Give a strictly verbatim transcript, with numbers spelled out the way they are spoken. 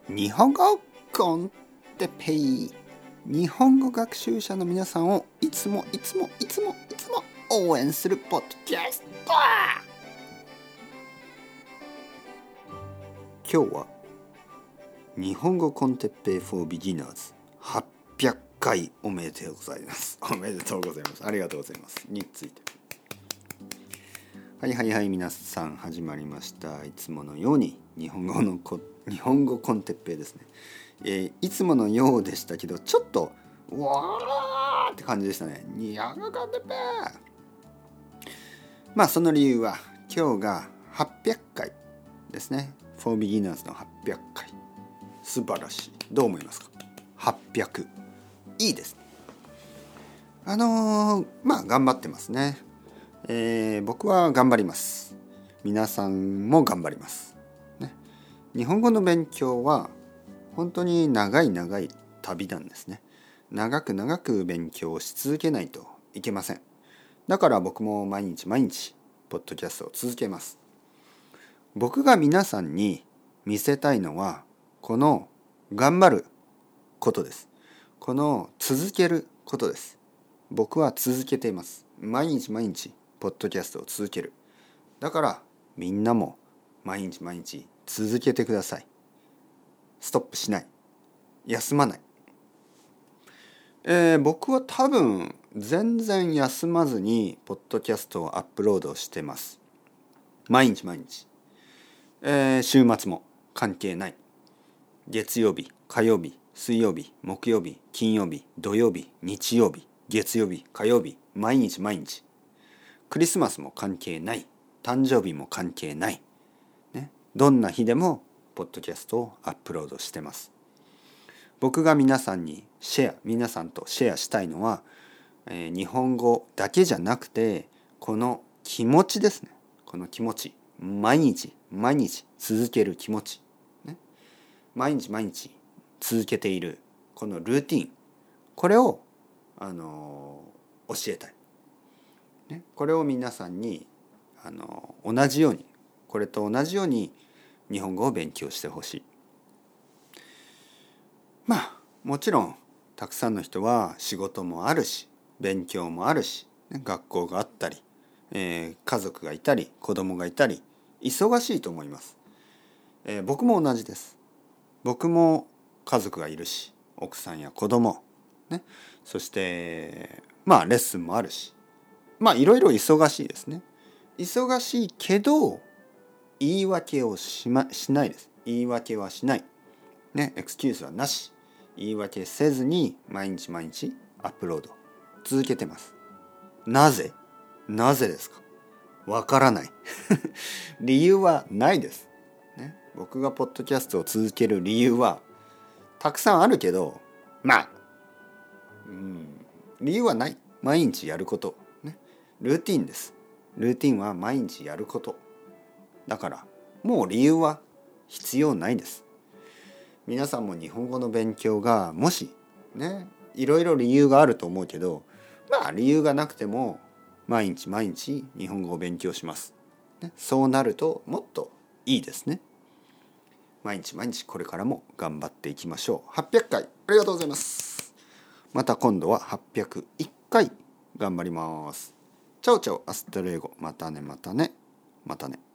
日本語コンテペイ。日本語学習者の皆さんをいつもいつもいつもいつも応援するポッドキャスト。今日は日本語コンテッペイ for beginners はっぴゃっかいおめでとうございます。おめでとうございます。ありがとうございますについて。はいはいはい、皆さん始まりました。いつものように日本語のこ日本語コンテッペイですね、えー、いつものようでしたけど、ちょっとうわーって感じでしたね。日本語コンテッペイ。まあその理由は今日がはっぴゃっかいですね。 For beginners のはっぴゃっかい、素晴らしい。どう思いますか？はっぴゃくいいです。あのー、まあ頑張ってますね。えー、僕は頑張ります。皆さんも頑張ります、ね、日本語の勉強は本当に長い長い旅なんですね。長く長く勉強し続けないといけません。だから僕も毎日毎日ポッドキャストを続けます。僕が皆さんに見せたいのはこの頑張ることです。この続けることです。僕は続けています。毎日毎日ポッドキャストを続ける。だからみんなも毎日毎日続けてください。ストップしない。休まない。えー、僕は多分全然休まずにポッドキャストをアップロードしてます。毎日毎日。えー、週末も関係ない。月曜日、火曜日、水曜日、木曜日、金曜日、土曜日、日曜日、月曜日、火曜日、毎日毎日。クリスマスも関係ない。誕生日も関係ない、ね、どんな日でもポッドキャストをアップロードしてます。僕が皆さんにシェア皆さんとシェアしたいのは、えー、日本語だけじゃなくてこの気持ちですね。この気持ち、毎日毎日続ける気持ち、ね、毎日毎日続けているこのルーティン、これを、あのー、教えたい、ね、これを皆さんにあの同じようにこれと同じように日本語を勉強してほしい。まあもちろんたくさんの人は仕事もあるし勉強もあるし、ね、学校があったり、えー、家族がいたり子供がいたり忙しいと思います、えー、僕も同じです。僕も家族がいるし奥さんや子供、ね、そしてまあレッスンもあるし、まあいろいろ忙しいですね。忙しいけど言い訳をし、ま、しないです。言い訳はしない、ね、エクスキューズはなし。言い訳せずに毎日毎日アップロード続けてます。なぜなぜですか？わからない理由はないです、ね、僕がポッドキャストを続ける理由はたくさんあるけど、まあ、うん、理由はない。毎日やること、ね、ルーティンです。ルーティンは毎日やること。だからもう理由は必要ないです。皆さんも日本語の勉強がもしね、いろいろ理由があると思うけど、まあ理由がなくても毎日毎日日本語を勉強します、ね、そうなるともっといいですね。毎日毎日これからも頑張っていきましょう。はっぴゃっかいありがとうございます。また今度ははっぴゃくいっかい頑張ります。チャオチャオアスタレーゴ。またねまたねまたね。